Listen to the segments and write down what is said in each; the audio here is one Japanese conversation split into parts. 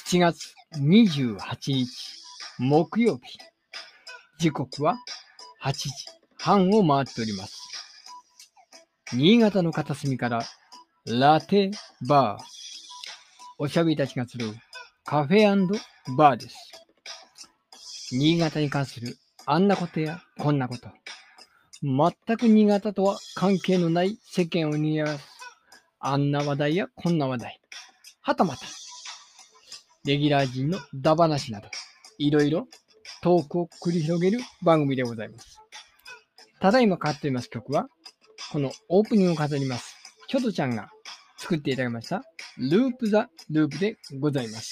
7月28日木曜日。時刻は8時半を回っております。新潟の片隅からラテバー。おしゃべりたちが集うカフェ&バーです。新潟に関するあんなことやこんなこと。全く新潟とは関係のない世間を賑わすあんな話題やこんな話題。はたまた、レギュラー陣のダ話など、いろいろトークを繰り広げる番組でございます。ただいまかかっています曲は、このオープニングを飾ります。キョトちゃんが作っていただきました、ループザループでございます。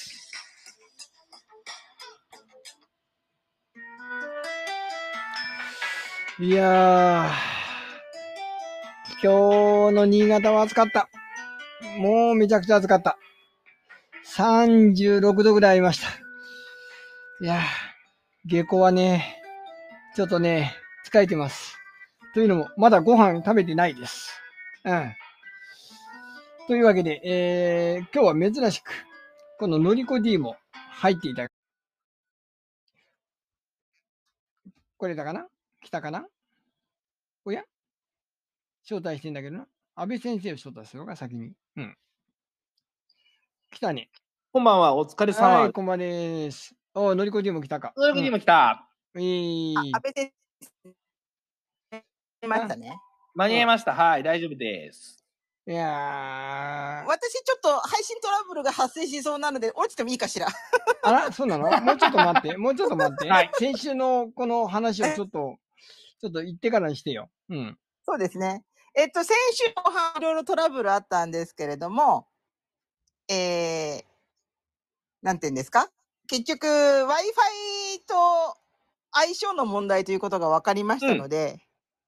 いやー、今日の新潟は暑かった。もうめちゃくちゃ暑かった。36度ぐらいありました。いやー、下校はね、ちょっとね、疲れてます。というのも、まだご飯食べてないです。うん。というわけで、今日は珍しく、こののりこ D も入っていた。これだかな？来たかな？おや？招待してんだけどな。安倍先生を招待するのか、先に。うん。来たね。 こんばんは、お疲れ様。 はい、こんばんです。お、のりこ D も来たか。 のりこ D も来た。 安倍先生、出ましたね。 間に合いました。はい、大丈夫です。 いやー。 私ちょっと配信トラブルが発生しそうなので、落ちてもいいかしら。 あら、そうなの？もうちょっと待って、もうちょっと待って。はい。先週のこの話をちょっと言ってからにしてよ。うん。 そうですね。先週後半いろいろトラブルあったんですけれども、なんて言うんですか？結局、Wi-Fi と相性の問題ということが分かりましたので、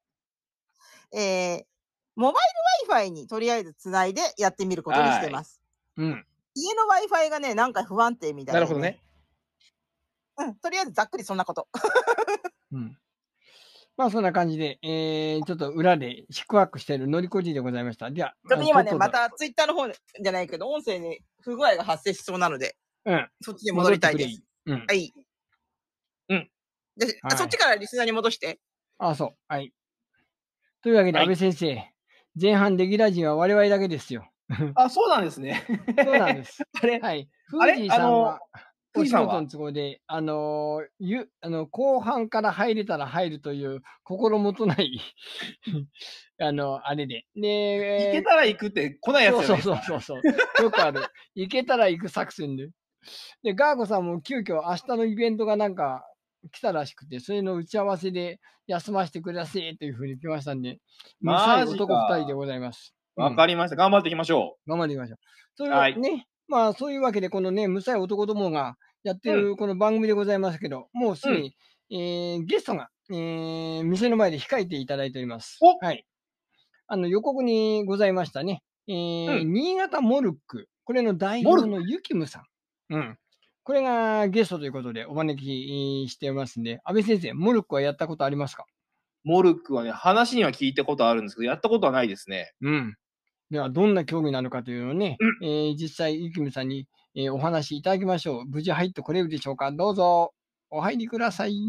モバイル Wi-Fi にとりあえずつないでやってみることにしてます。 うん。 家の Wi-Fi がね、なんか不安定みたいで、ね。 なるほどね。 うん、とりあえずざっくりそんなこと。 うん。まあそんな感じで、ちょっと裏で宿泊しているのりこじでございました。では、 ちょっと今ね、またツイッターの方じゃないけど、音声に不具合が発生しそうなので、 うん。 そっちに戻りたいです。 うん。 はい。 うん。 で、はい、そっちからリスナーに戻して。 あ、そう。はい。というわけで、安倍先生、前半レギュラー陣は我々だけですよ。 あ、そうなんですね。 そうなんです。 あれはい。フージーさんは、お仕事の都合で、後半から入れたら入るという心もとないあれで。 で、行けたら行くって来ないやつじゃないですか。 そう。よくある。行けたら行く作戦で。で、ガーゴさんも急遽明日のイベントがなんか来たらしくて、それの打ち合わせで休ませてくださいというふうに言ってましたんで、むさい男2人でございます。 わかりました。頑張っていきましょう。 頑張っていきましょう。それをね、まあそういうわけで、このね、むさい男どもがやってるこの番組でございますけど、もうすでに、ゲストが、店の前で控えていただいております。はい。予告にございましたね。新潟モルック、これの代表のゆきむさん。うん。これがゲストということでお招きしてますんで、安倍先生、モルックはやったことありますか？ モルックはね、話には聞いたことあるんですけど、やったことはないですね。 うん。では、どんな競技なのかというのをね、実際、ゆきむさんに、お話しいただきましょう。無事入ってこれるでしょうか？どうぞ、お入りください。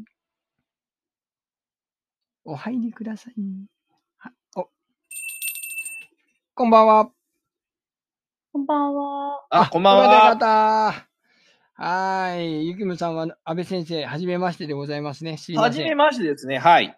お入りください。こんばんは。 こんばんは。 あ、こんばんは。 よかった。はい。ゆきむさんは安倍先生、はじめましてでございますね。 はじめましてですね。はい。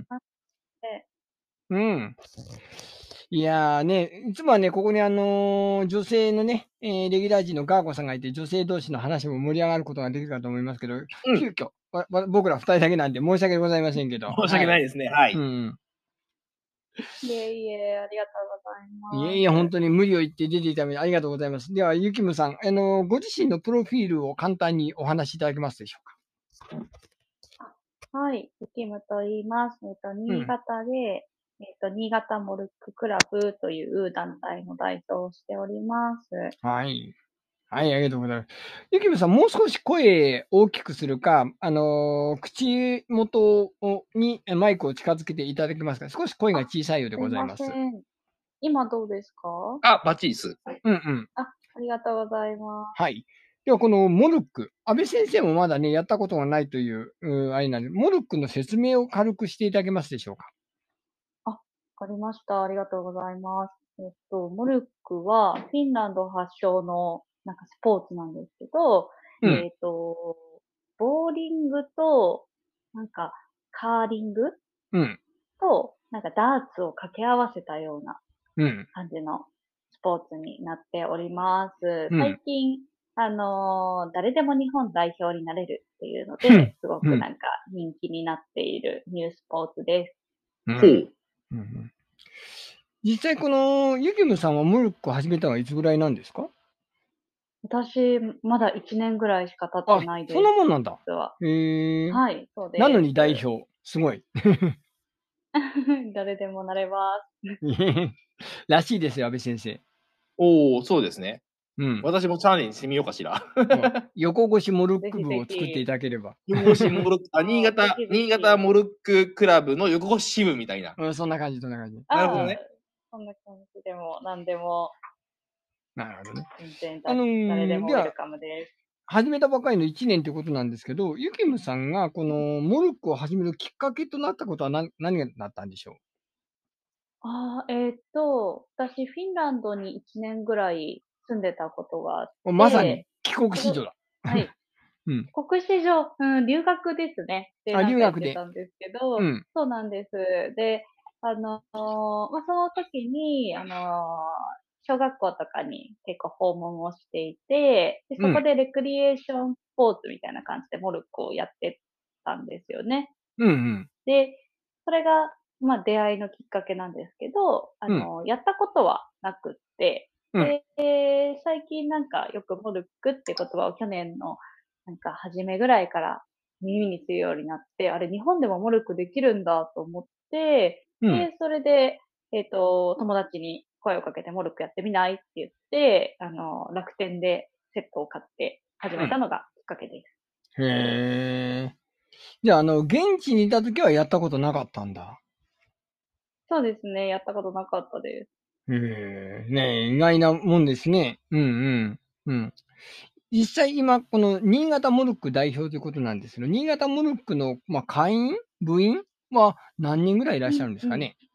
うん。いやーね、いつもはね、ここに女性のね、レギュラー陣のガーゴさんがいて、女性同士の話も盛り上がることができるかと思いますけど、急遽、僕ら2人だけなんで申し訳ございませんけど。 申し訳ないですね。はい。 いえいえ、ありがとうございます。 いえいえ、本当に無理を言って出ていただきありがとうございます。では、ゆきむさん、ご自身のプロフィールを簡単にお話しいただけますでしょうか。はい、ゆきむと言います。新潟で、新潟モルッククラブという団体の代表をしております。 はい。はい、ありがとうございます。ゆきむさん、もう少し声大きくするか、口元にマイクを近づけていただけますか？少し声が小さいようでございます。 すいません。今どうですか？ あ、バッチリです。 ありがとうございます。 はい。 では、このモルック、安倍先生もまだね、やったことがないという、あれなんで、モルックの説明を軽くしていただけますでしょうか。 わかりました。ありがとうございます。モルックはフィンランド発祥のなんかスポーツなんですけど、 うん。 ボーリングと、なんかカーリングうん。 と、なんかダーツを掛け合わせたようなうん。 感じのスポーツになっております。 うん。 最近、誰でも日本代表になれるっていうのうん。 で、すごうん。 くなんか人気になっているニュースポーツです。 うん。 ほう。 うん実際、このユキムさんはモルックを始めたのはいつぐらいなんですか？ 私、まだ1年ぐらいしか経ってあ、そんないです、 なもんなんだ。 実は。 へえ。 はい、そうでなのに代す。 表。すごい。 誰でもなれます。 らしいですよ、安倍先生。 おお、そうですね。 うん。 私もチャレンジしてみようかしら。 横越しモルッぜひク部を作っていぜひ。 ただければ。 横越しモルック、新ぜ潟ひぜ新潟ひ。 モルッククラブの横越し支部みたいな。 そんな感じ、そんな感じ。 ああ、 なるほどね。 そんな感じでも何でもなるほどね。 全然誰でもでは、 ウェルカムです。 始めたばかりの1年ということなんですけど、ユキムさんがこのモルックを始めるきっかけとなったことは何がなったんでしょ私、フィンランドに1年ぐらい住んでたことがあっう？まさにて、 帰国その子女だ。 はい。 うん。 国史上、留学ですね。で、 あ、 なんかやっ留学で。 てたんですけど、 うん。 そうなんです。で、その時に、小学校とかに結構訪問をしていて、で、 うん。 そこでレクリエーションスポーツみたいな感じでモルックをやってたんですよね。 うん。うん。 で、それが、まあ、出会いのきっかけなんですけど、 うん。 やったことはなくって、 うん。 で、最近なんかよくモルックって言葉を去年のなんか初めぐらいから耳にするようになって、あれ日本でもモルックできるんだと思って、 うん。 で、それで、友達に声をかけてモルックやってみないって言って、楽天でセットを買って始めたのがきっかけです。 へえ。じゃあ、現地にいた時はやったことなかったんだ。 そうですね、やったことなかったです。 へえ。ねえ、意外なもんですね。うんうん。うん。実際今、この新潟モルック代表ということなんですけど、新潟モルックの、会員部員は何人ぐらいいらっしゃるんですかね？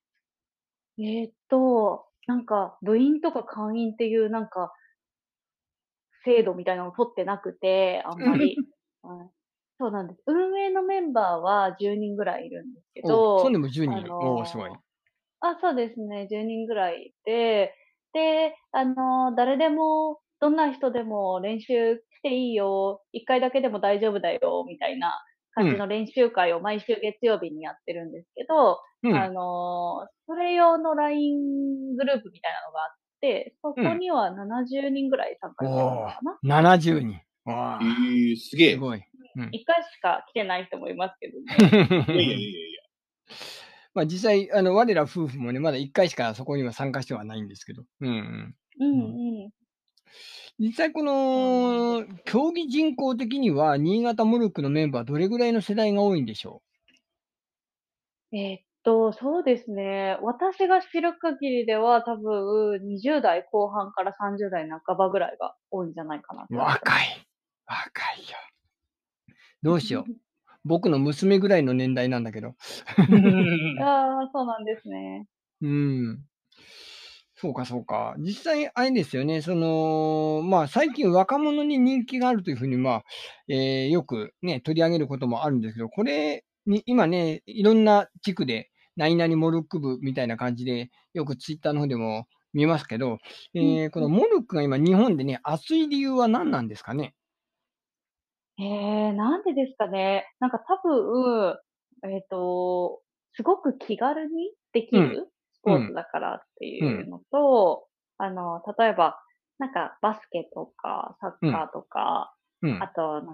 なんか、部員とか会員っていうなんか、制度みたいなのを取ってなくて、あんまり。はい。そうなんです。運営のメンバーは10人ぐらいいるんですけおそうど、 でも10 あ人。おお、すごい。 のそうですね、10人ぐらいいて、で、誰でも、どんな人でも練習していいよ、1回だけでも大丈夫だよ、みたいなうん、 感じの練習会を毎週月曜日にやってるんですけど、 うん、 それ用の LINE グループみたいなのがあって、そうん。 こには70人ぐらい参加してるおお、 のかな。 70人。わあ、 ええ、すげえ。 すごい。うん。 1回しか来てない人もいますけどね。 いやいやいやいやいや。 実際、我ら夫婦もね、まだ1回しかそこには参加してはないんですけど。うんうん。 ううん。 んうん。 実際こそうなんでの、 す。 競技人口的には、新潟モルックのメンバーどれぐらいの世代が多いんでしょそうですね。私が知る限りでは多分20代後半から30代半ばぐらいが多いんじゃないかなう？ と思ってます。 若い。若いよ。どうしよう。僕の娘ぐらいの年代なんだけど。 そうなんですね。 うん。そうかそうか。実際あれですよね、最近若者に人気があるというふうに、よくね、取り上げることもあるんですけど、これに今ね、いろんな地区で何々モルック部みたいな感じで、よくツイッターの方でも見ますけど、 うんうん。 このモルックが今日本でね、熱い理由は何なんですかね？ なんでですかね。なんか多分、すごく気軽にでうん、 きるスポーツうん、 だからってうん、 いうのと、例えば、なんかバスケとかサッうん、 カーとか、 うん、 あと、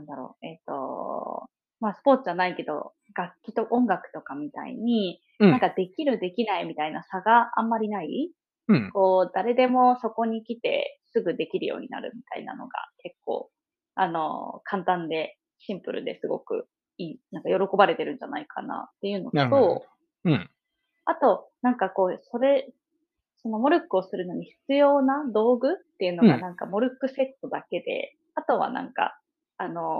スポーツじゃないけど、楽器と音楽とかみたいに、 うん、 なんかできるできないみたいな差があんまりないうん、 こう、誰でもそこに来てすぐできるようになるみたいなのが結構、簡単でシンプルですごくいい、なんか喜ばれてるんじゃないかなっていうのなるほどなるほと、 ど。うん、 あと、なんかこう、そのモルックをするのに必要な道具っていうのうん、 がなんかモルックセットだけで、あと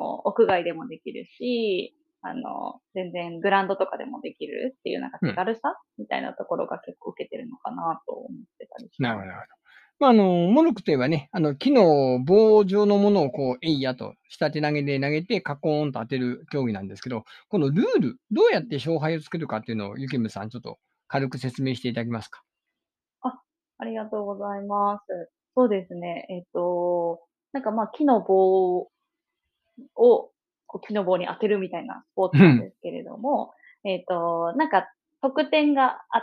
屋外でもできるし、全然グラウンドとかでもできるっていうなんかうん。 手軽さみたいなところが結構受けてるのかなと思ってたりしなるほど、 ます。 なるほど。まあ、モルックといえばね、木の棒状のものをこう、えいやと、下手投げで投げて、カコーンと当てる競技なんですけど、このルール、どうやって勝敗をつけるかっていうのを、ゆきむさん、ちょっと軽く説明していただけますか。 あ、ありがとうございます。そうですね。なんかまあ木の棒をこう木の棒に当てるみたいなスポーツなんですけれども、なんか得点があって、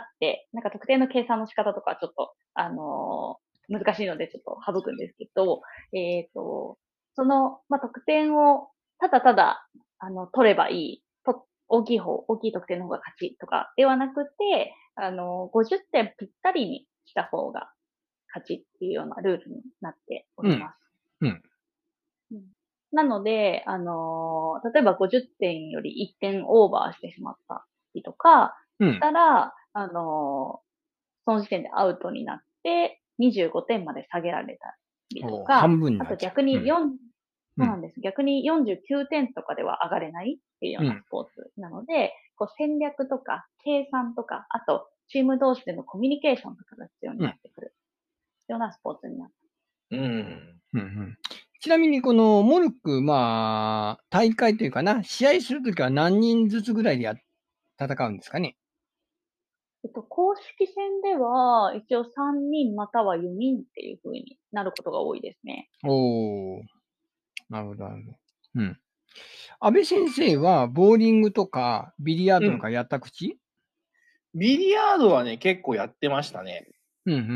なんか得点の計算の仕方とかちょっと、難しいのでちょっと省くんですけど、その、まあ、得点をただただ、取ればいい、大きい大きい得点の方が勝ちとかではなくて、50点ぴったりにした方が勝ちっていうようなルールになっておうん。 ります。 うん。 うんなので、例えば50点より1点オーバーしてしまったりとかしうん。 たら、その時点でアウトになって、25点まで下げられたりとか、 半分にあなっちゃう。 と逆にうん。 そうなんです。逆に49点とかでは上がれないっていうよううん。 なスポーツなので、こう戦略とか計算とか、あとチーム同士でのコミュニケーションとかが必要にうん。 なってくるようなスポーツになってうん。 うん。うん。ちなみに、このモルック、まあ、大会というかな、試合するときは何人ずつぐらいで戦うんですかね。 公式戦では、一応3人または4人っていう風になることが多いですね。 おー、なるほど、なるほど。うん。安倍先生は、ボーリングとか、ビリヤーうん。 ドとかやった口。 ビリヤードはね、結構やってましたね。 うん、うん、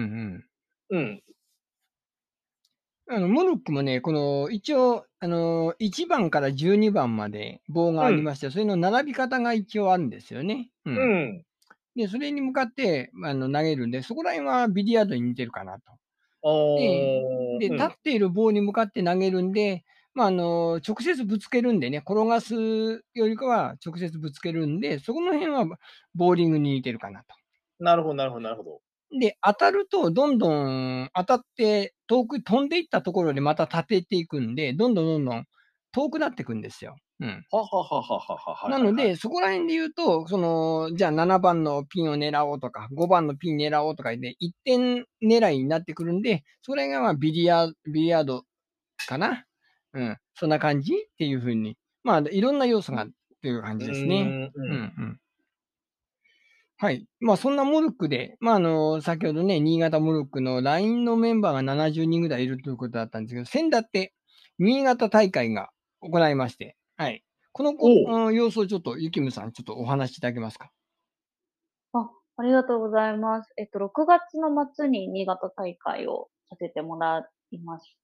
うん。 うん。モルックもね、この、一応、1番から12番まで棒がうん。 ありまして、それの並び方が一応あるんですよね。ううん。 ん。 で、それに向かって、投げるんで、そこら辺はビリヤードに似てるかなと。で、 うん。 立っている棒に向かって投げるんで、直接ぶつけるんでね、転がすよりかは直接ぶつけるんで、そこの辺はボーリングに似てるかなと。 なるほどなるほどなるほど。 で、当たるとどんどん当たって遠く飛んでいったところでまた立てていくんで、どんどん遠くなっていくんですよ。うん。 はははははは、はいはいはい。 なので、そこら辺で言うと、じゃあ7番のピンを狙おうとか、5番のピン狙おうとかで、1点狙いになってくるんで、それがビリヤードかな。うん。そんな感じっていう風に。いろんな要素がっていう感うじですね。 ーん、うん。 うんうん。はい。そんなモルックで、先ほどね、新潟モルックの LINE のメンバーが70人ぐらいいるということだったんですけど、先だって新潟大会が行いまして、はい。このおお。 様子をちょっと、ゆきむさん、ちょっとお話しいただけますか？ ありがとうございます。6月の末に新潟大会をさせてもらいまして、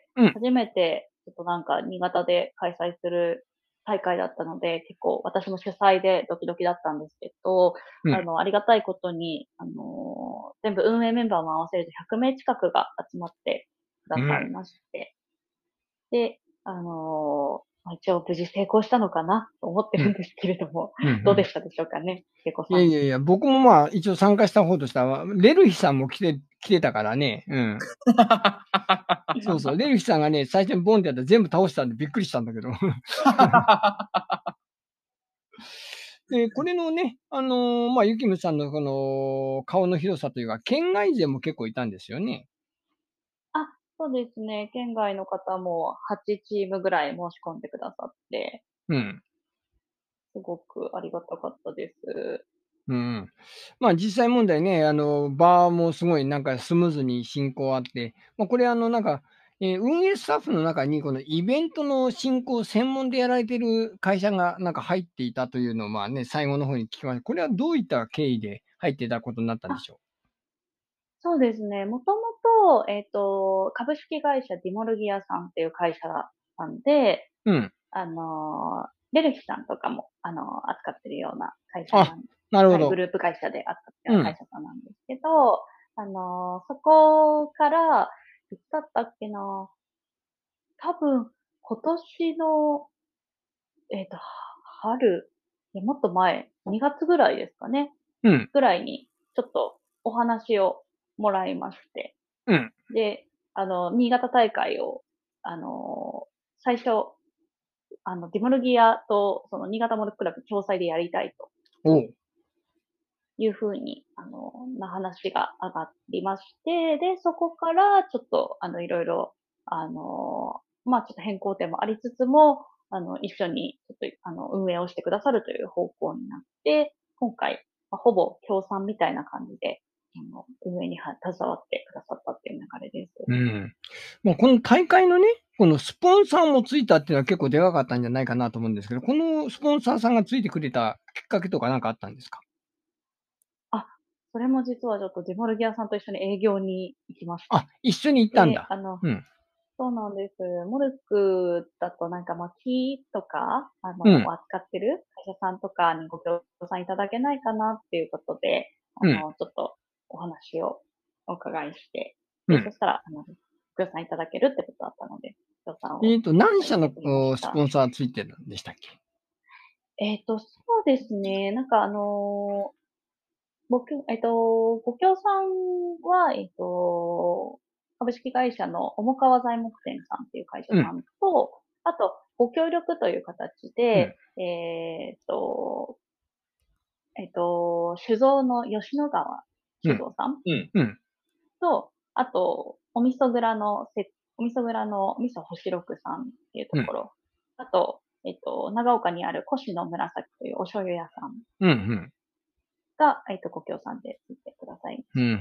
うん、 初めてちょっとなんか新潟で開催する大会だったので、結構私も主催でドキドキだったんですけど、 うん、 ありがたいことに、全部運営メンバーも合わせると100名近くが集まってくださいうん、 まして、で、一応無事成功したのかなと思ってうん、 るんですけれども、 うん、うどうでん。 したでしょうかね、けいこさん。 いやいやいや、僕も一応参加した方としては、レルヒさんも来てたからね、うん。そうそう、レルヒさんがね、最初にボンってやったら全部倒したんでびっくりしたんだけど。で、これのね、ユキムさんのこの顔の広さというか、県外勢も結構いたんですよね。 そうですね。県外の方も8チームぐらい申し込んでくださって、 うん。 すごくありがたかったです。 うん。実際問題ね、場もすごいなんかスムーズに進行あって、これなんか、運営スタッフの中にこのイベントの進行を専門でやられてる会社がなんか入っていたというのを最後の方に聞きました。これはどういった経緯で入っていたことになったんであ、 しょそうですね。もともと、株式会社ディモルギアさんっていう会社さんで、 う？うん。 レルヒさんとかも、扱ってるような会社あ、 なん、グなるほど。 ループ会社で扱ってるような会うん。 社さんなんですけど、そこから、いつだったっけな、多分、今年の春、もっと前、2月ぐらいですかね、 うん。 ぐらいに、ちょっとお話をもらいまして、 うん。 で、新潟大会を、あの、最初、 ディモルギアと、その新潟モルッククラブ共催でやりたいとおう。 いうふうに、な話が上がりまして、で、そこからちょっと、いろいろ、まあ、ちょっと変更点もありつつも、一緒に、ちょっと、運営をしてくださるという方向になって、今回、まあ、ほぼ協賛みたいな感じで、運営に携わってくださったっていう流れです。 うん。まあ、この大会のね、このスポンサーもついたっていうのは結構でかかったんじゃないかなと思うんですけど、このスポンサーさんがついてくれたきっかけとかなんかあったんですか？ あ、それも実はちょっとディモルギアさんと一緒に営業に行きました。 あ、一緒に行ったんで、 だ。うん。 そうなんです。モルックだとなんかまあ木とか、 うん。 扱ってる会社さんとかにご協賛いただけないかなっていうことで、 うん。 ちょっとお話をお伺いして、で、そうん。 したら、ご協賛いただけるってことだったので、協賛を何社の送りました。 スポンサーついてるんでしたっけ？ そうですね。なんかご協賛は、株式会社の重川材木店さんっていう会社うん。 さんと、あと、ご協力という形うん。 で、酒造の吉野川うん。 酒造さんうん。 うん。 と、あと、お味噌蔵の味噌星六さんっていうとうん。 ころ、あと、長岡にある越の紫というお醤油屋さんうん。うん。 が、ご協賛でついてくださいまうん。うん。 した。 うん。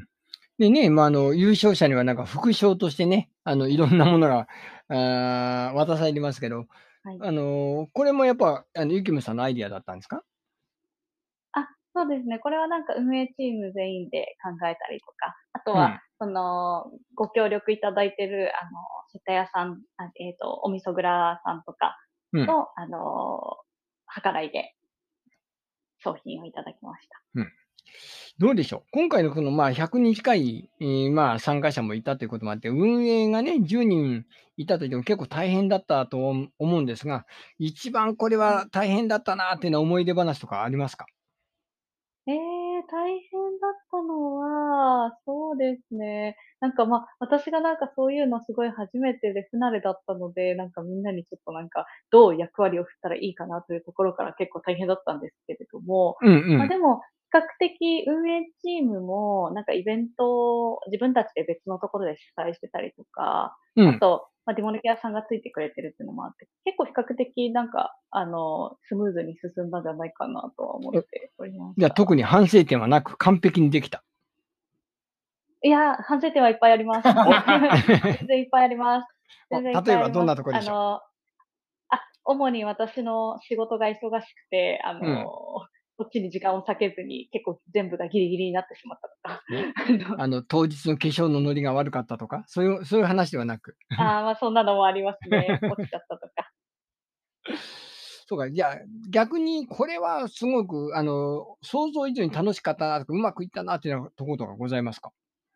でね、まあ、優勝者にはなんか副賞としてね、いろんなものが、渡されてますけど、 はい。 これもやっぱ、ゆきむさんのアイディアだったんですか？ あ、そうですね。これはなんか運営チーム全員で考えたりとか、あとは、 うん。 ご協力いただいてる、世田屋さん、お味噌蔵さんとかうん。 の、計らいで商品をいただきました。 うん。どうでしょう。今回のこの、まあ、100人近い、まあ、参加者もいたということもあって、運営がね、10人いたといっても結構大変だったと思うんですが、一番これはい。 は大変だったなっていうのは思い出話とかありますか？ 大変だったのは、そうですね。なんか、ま、私がなんかそういうのすごい初めてで不慣れだったので、なんかみんなにちょっとなんか、どう役割を振ったらいいかなというところから結構大変だったんですけれども、ま、 うんうん。 でも、比較的運営チームも、なんかイベントを自分たちで別のところで主催してたりとか、 うん。 あと、ま、ディモルギアさんがついてくれてるっていうのもあって、結構比較的なんか、スムーズに進んだんじゃないかなとは思っお、 ておりましじゃあ特た。 に反省点はなく完璧にできた。 いや、反省点はいっぱいあります。全然いっぱいあります。全然いっ例えばどんぱいあります。 なとこでしょ主に私の仕事が忙しくて、 う？うん。 こっちに時間を割けずに、結構全部がギリギリになってしまったとか。 お、当日の化粧のノリが悪かったとか、そういう話ではなく。 ま、そんなのもありますね。落ちちゃったとか。 そうか、じゃあ、逆にこれはすごく、想像以上に楽しかったなとか、うまくいったなっていうようなところとかございますか？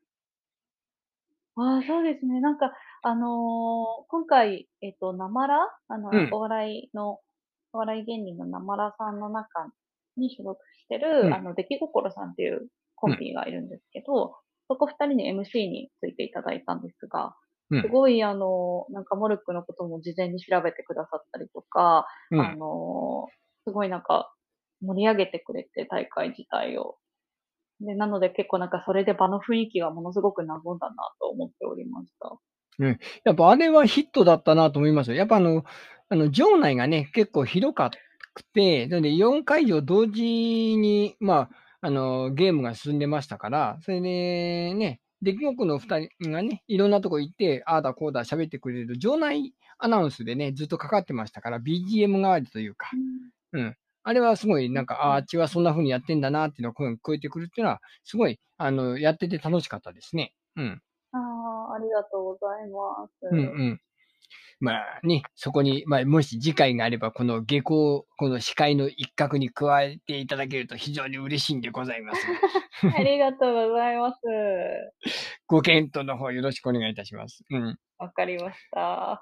そうですね。なんか、今回、なまらうん、 お笑い芸人のなまらさんの中に所属してる、 うん、 出来心さんっていうコうん、 ンビがいるんですけど、そこ二人に MC についていただいたんですが、 うん、 すごいなんかモルックのことも事前に調べてくださったりとか、 うん。 すごいなんか盛り上げてくれて、大会自体を。で、なので結構なんかそれで場の雰囲気がものすごく和んだなと思っておりました。 うん。やっぱあれはヒットだったなと思いますよ。やっぱ場内がね、結構広かくて、なので4会場同時に、まあ、ゲームが進んでましたから、それでね、出来心の2人がね、いろんなとこ行って、ああだこうだ喋ってくれる場内アナウンスでね、ずっとかかってましたから、BGM 代わりというか、 うん。 うん。あれはすごいうんなんか、あっちはそんな風にやってんだなっていうのが声が聞こえてくるっていうのは、すごい、やってて楽しかったですね。うん。 ありがとうございまうんうす。 ん。まあね、そこに、まあ、もし次回があれば、この下校、この司会の一角に加えていただけると非常に嬉しいんでございますが、 ありがとうございます。 ご検討の方よろしくお願いいたします。うん。 わかりました。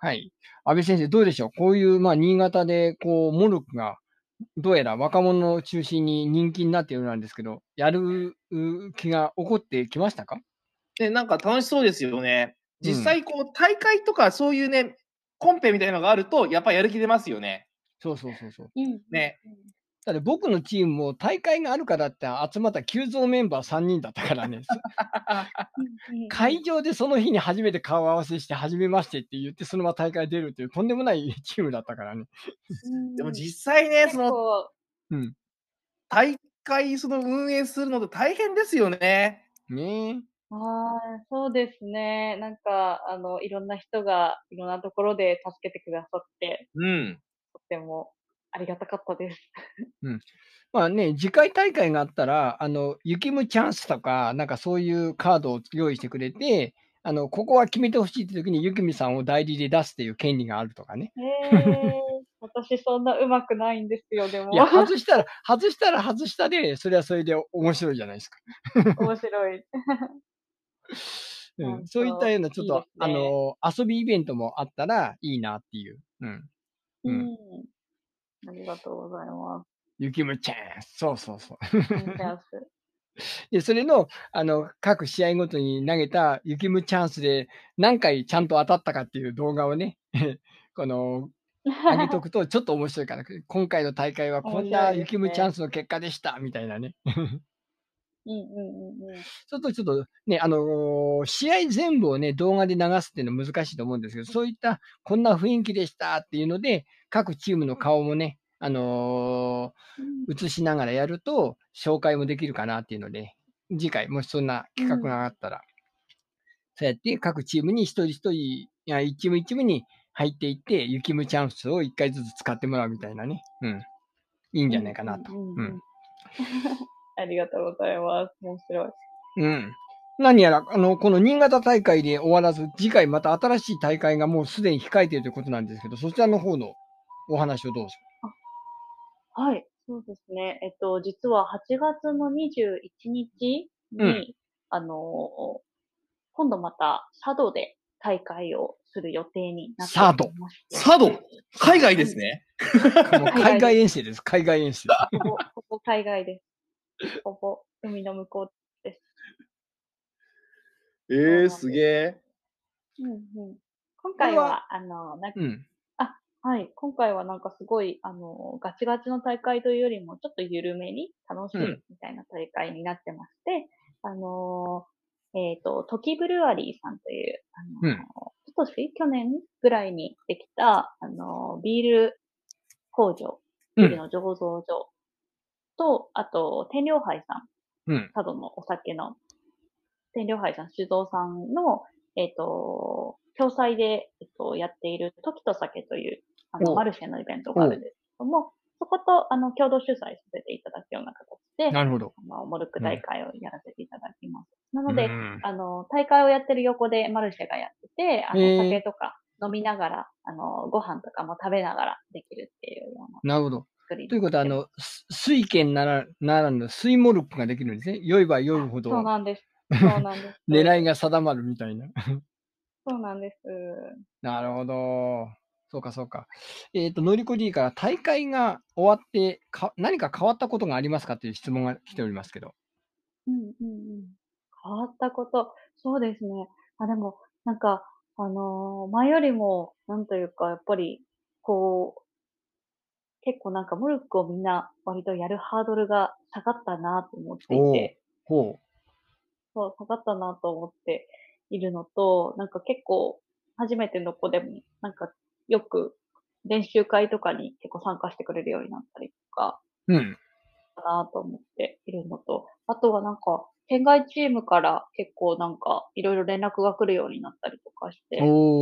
はい。安倍先生どうでしょう？こういう、まあ、新潟でこう、モルックがどうやら若者を中心に人気になっているようなんですけど、やる気が起こってきましたか？ で、なんか楽しそうですよね。 うん。 実際こう大会とかそういうね、 コンペみたいなのがあると、やっぱやる気出ますよね。 そうそうそうそう。 うん。 ね。 だって僕のチームも大会があるからって集まった急増メンバー3人だったからね。会場でその日に初めて顔合わせして、初めましてって言って、そのまま大会出るっていうとんでもないチームだったからね。 でも実際ね、 結構、 うん。 大会運営するのって大変ですよね。 ねえ。 そうですね。なんか、いろんな人がいろんなところで助けてくださって、 うん。 とってもありがたかったです。 まあね、次回大会があったら、ユキムチャンスとか、なんかそういうカードを用意してくれて、ここは決めてほしいって時にユキムさんを代理で出すっていう権利があるとかね。 私そんな上手くないんですよ、でも。 いや、外したら外したで、それはそれで面白いじゃないですか。 面白い。 そういったようなちょっと、 いいですね。 遊びイベントもあったらいいなっていう。 ありがとうございます。 ユキムチャンス。そうそうそう。 チャンス。 で、それの、各試合ごとに投げたユキムチャンスで何回ちゃんと当たったかっていう動画をね、上げとくとちょっと面白いから、今回の大会はこんなユキムチャンスの結果でしたみたいなね。そうするとちょっとね、試合全部をね、動画で流すっていうのは難しいと思うんですけど、そういったこんな雰囲気でしたっていうので、各チームの顔もね、映しながらやると、紹介もできるかなっていうので、次回、もしそんな企画があったら、そうやって各チームに一人一人、いや、一チーム一チームに入っていって、ユキムチャンスを一回ずつ使ってもらうみたいなね。いいんじゃないかなと。 ありがとうございます。面白い。 何やら、この新潟大会で終わらず、次回また新しい大会がもうすでに控えているということなんですけど、そちらの方のお話をどうぞ。 はい、そうですね。実は8月の21日に、今度また佐渡で大会をする予定になっておりまして。 佐渡海外ですね。 もう海外遠征です。海外遠征。 ほぼ海外です。ほぼ海の向こうです。 すげえ。 今回は、はい。今回はなんかすごい、ガチガチの大会というよりも、ちょっと緩めに楽しいみたいな大会になってまして、トキブルワリーさんという、去年ぐらいにできた、ビール工場、ビールの醸造所と、あと、天領杯さん、佐渡のお酒の、天領杯さん、酒造さんの、共催で、やっている、時と酒という、マルシェのイベントがあるんですけども、そこと、共同主催させていただくような形で、 なるほど。 モルック大会をやらせていただきます。なので、大会をやってる横でマルシェがやってて、お酒とか飲みながら、ご飯とかも食べながらできるっていうような。 なるほど。ということは、水券ならぬ水モルックができるんですね。酔えば酔うほど。 そうなんです。そうなんです。 狙いが定まるみたいな。 そうなんです。 なるほど。そうか、そうか。のりこ D から大会が終わって何か変わったことがありますかという質問が来ておりますけど。 変わったこと。そうですね。でも、なんか、前よりも、なんというか、やっぱり、結構なんかモルックをみんな割とやるハードルが下がったなと思っていて。そう、下がったなと思っているのと、なんか結構、初めての子でも、なんか、よく練習会とかに結構参加してくれるようになったりとか、かなと思っているのと、あとはなんか、県外チームから結構なんか、いろいろ連絡が来るようになったりとかして、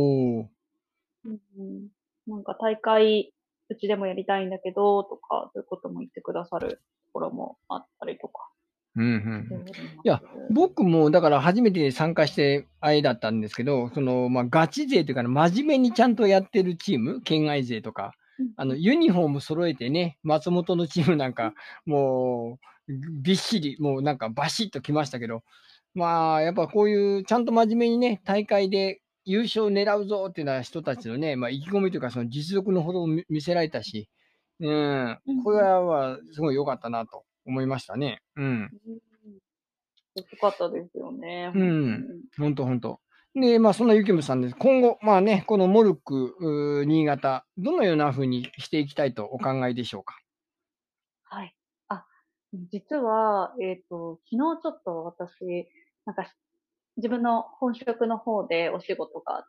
なんか大会、うちでもやりたいんだけど、とか、そういうことも言ってくださるところもあったりとか。 いや、僕もだから初めて参加してあれだったんですけど、ガチ勢というか、真面目にちゃんとやってるチーム、県外勢とか、ユニフォーム揃えてね、松本のチームなんか、もう、びっしり、もうなんかバシッときましたけど、やっぱこういうちゃんと真面目にね、大会で優勝狙うぞっていうような人たちのね、意気込みというか、その実力のほどを見せられたし、これはすごい良かったなと思いましたね。 よかったですよね。 ほんと。 で、まあ、そんなゆきむさんです。今後、まあね、このモルック、新潟、どのような風にしていきたいとお考えでしょうか。 はい。あ、実は、昨日ちょっと私、なんか自分の本職の方でお仕事があって、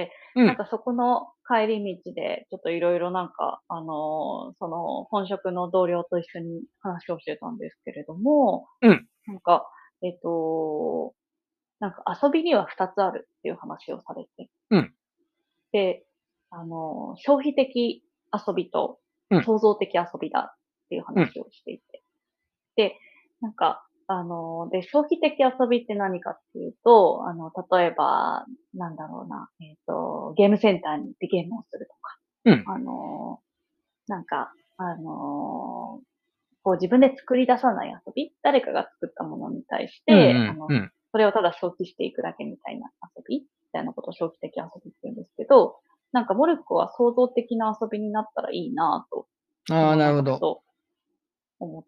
うん、 そこの帰り道で、ちょっといろいろその本職の同僚と一緒に話をしてたんですけれども、 うん、 なんか、えっと、遊びには2つあるっていう話をされて、 うん、 で、消費的遊びとうん、 創造的遊びだっていううん、 話をしていて、で、消費的遊びって何かっていうと、例えば、ゲームセンターに行ってゲームをするとか、 うん、 あの、なんか、あの、こう自分で作り出さない遊び、誰かが作ったものに対しうん、 て、 うん、 それをただ消費していくだけみたいな遊びみたいなことを消費的遊びって言うんですけど、モルックは創造的な遊びになったらいいなと、 ああ、なるほど。 ふと思って、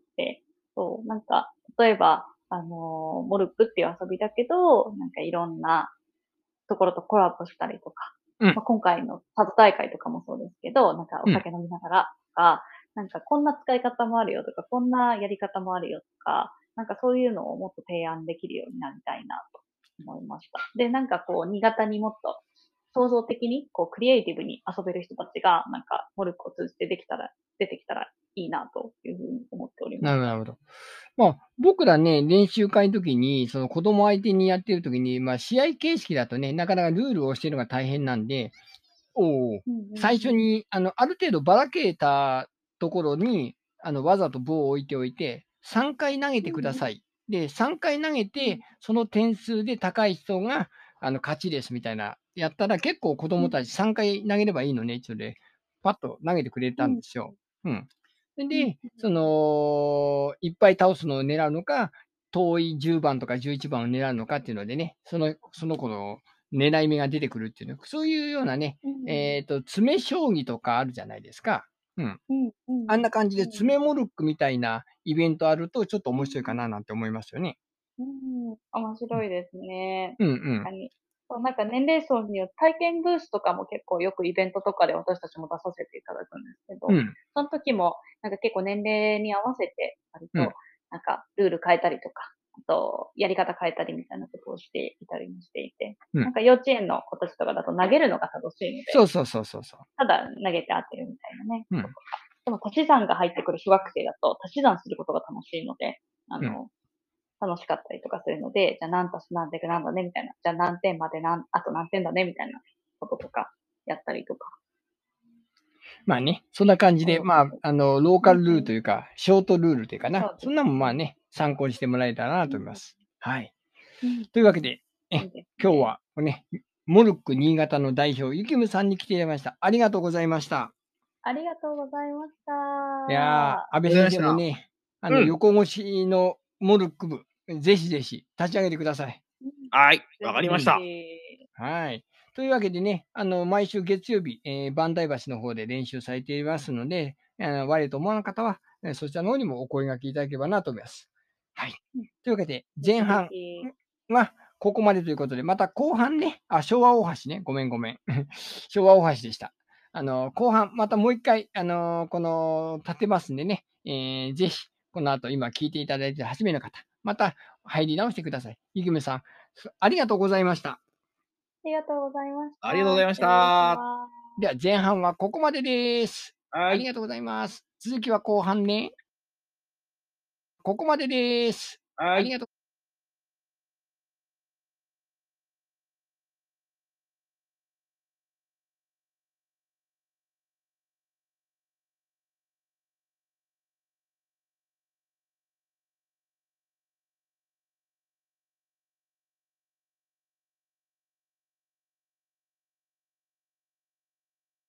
そう、例えば、モルックっていう遊びだけど、いろんなところとコラボしたりとか、 うん、 今回のサブ大会とかもそうですけど、おうん、 酒飲みながらとか、こんな使い方もあるよとか、こんなやり方もあるよとか、そういうのをもっと提案できるようになりたいなと思いました。で、新潟にもっと創造的に、クリエイティブに遊べる人たちが、モルックを通じて出てきたらいいなというふうに思っております。 なるほど、なるほど。まあ、僕らね、練習会の時に、その子供相手にやってる時に、まあ、試合形式だとね、なかなかルールを教えるのが大変なんで、最初に、ある程度ばらけたところに、わざと棒を置いておいて、3回投げてください。で、3回投げて、その点数で高い人が、勝ちですみたいな、やったら結構子供たち3回投げればいいのね、一応で、パッと投げてくれたんですよ。うん。で、いっぱい倒すのを狙うのか、遠い10番とか11番を狙うのかっていうのでね、その子の狙い目が出てくるっていうね、そういうようなね、詰め将棋とかあるじゃないですか。うん。あんな感じで詰めモルックみたいなイベントあるとちょっと面白いかななんて思いますよね。 面白いですね。 うんうん。 確かに。そう、年齢層によって体験ブースとかも結構よくイベントとかで私たちも出させていただくんですけど、 うん。 その時も結構年齢に合わせて割とうん。 ルール変えたりとか、あとやり方変えたりみたいなことをしていたりもしていて、 うん。 幼稚園の子たちとかだと投げるのが楽しいので、 そうそうそうそうそう。 ただ投げて当てるみたいなね、 うん。 こととか。でも足し算が入ってくる小学生だと足し算することが楽しいので、 うん。 楽しかったりとかするので、じゃあ何足す何でなんだねみたいな。じゃあ何点まであと何点だねみたいなこととかやったりとか。 まあね、そんな感じで、まあ、ローカルルールとういうか、ショートルールというかな、 そうですそんなもんまあね。 ね、参考にしてもらえたらなと思いまうす。はい。 ん。 というわけで、 いいです今日ね。 はね、モルック新潟の代表、ゆきむさんに来ていただきました。ありがとうございました。 ありがとうございましいやー、 た。 安倍先生ありがとうございました。 もね、 うん。 横越しのモルック部、ぜひぜひ立ち上げてください。 はい、 ぜわかりひぜました。 ひ。 はい。というわけでね、毎週月曜日、万代橋の方で練習されていますので、我と思わぬ方は、そちらの方にもお声掛けいただければなと思います。はい。というわけで、 ぜひぜ前半ひ。 はここまでということで、また後半ね、昭和大橋ね、ごめんごめん。昭和大橋でした。後半、またもう一回、立てますんでね、ぜひ、この後、今聞いていただいて初めの方、また入り直してください。ゆきむさん、ありがとうございました。 ありがとうございました。 ありがとうございまし失礼した 。 ます。 では前半はここまでです。 はい。 ありがとうございます。続きは後半ね。ここまでです。 はい。 ありがとう。